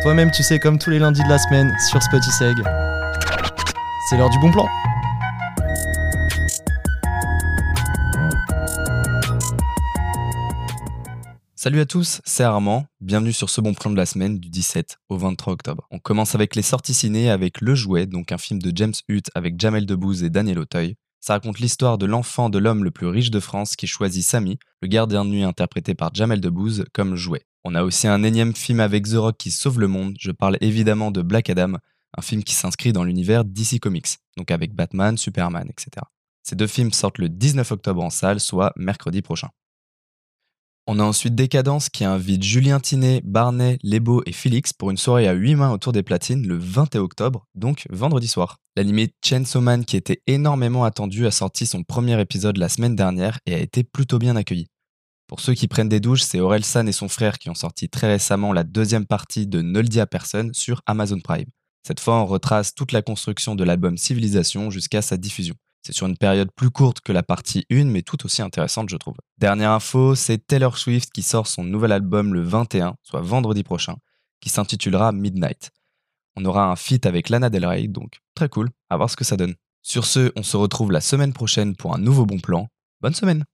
Toi-même, tu sais, comme tous les lundis de la semaine sur Spotiseg. C'est l'heure du bon plan. Salut à tous, c'est Armand. Bienvenue sur ce bon plan de la semaine du 17 au 23 octobre. On commence avec les sorties ciné avec Le Jouet, donc un film de James Hutt avec Jamel Debbouze et Daniel Auteuil. Ça raconte l'histoire de l'enfant de l'homme le plus riche de France qui choisit Samy, le gardien de nuit interprété par Jamel Debbouze, comme jouet. On a aussi un énième film avec The Rock qui sauve le monde. Je parle évidemment de Black Adam, un film qui s'inscrit dans l'univers DC Comics, donc avec Batman, Superman, etc. Ces deux films sortent le 19 octobre en salle, soit mercredi prochain. On a ensuite Décadence qui invite Julien Tinet, Barnet, Lebo et Félix pour une soirée à 8 mains autour des platines le 21 octobre, donc vendredi soir. L'animé Chainsaw Man qui était énormément attendu a sorti son premier épisode la semaine dernière et a été plutôt bien accueilli. Pour ceux qui prennent des douches, c'est Orelsan et son frère qui ont sorti très récemment la deuxième partie de Ne le dis à personne sur Amazon Prime. Cette fois, on retrace toute la construction de l'album Civilisation jusqu'à sa diffusion. C'est sur une période plus courte que la partie 1, mais tout aussi intéressante, je trouve. Dernière info, c'est Taylor Swift qui sort son nouvel album le 21, soit vendredi prochain, qui s'intitulera Midnight. On aura un feat avec Lana Del Rey, donc très cool, à voir ce que ça donne. Sur ce, on se retrouve la semaine prochaine pour un nouveau bon plan. Bonne semaine!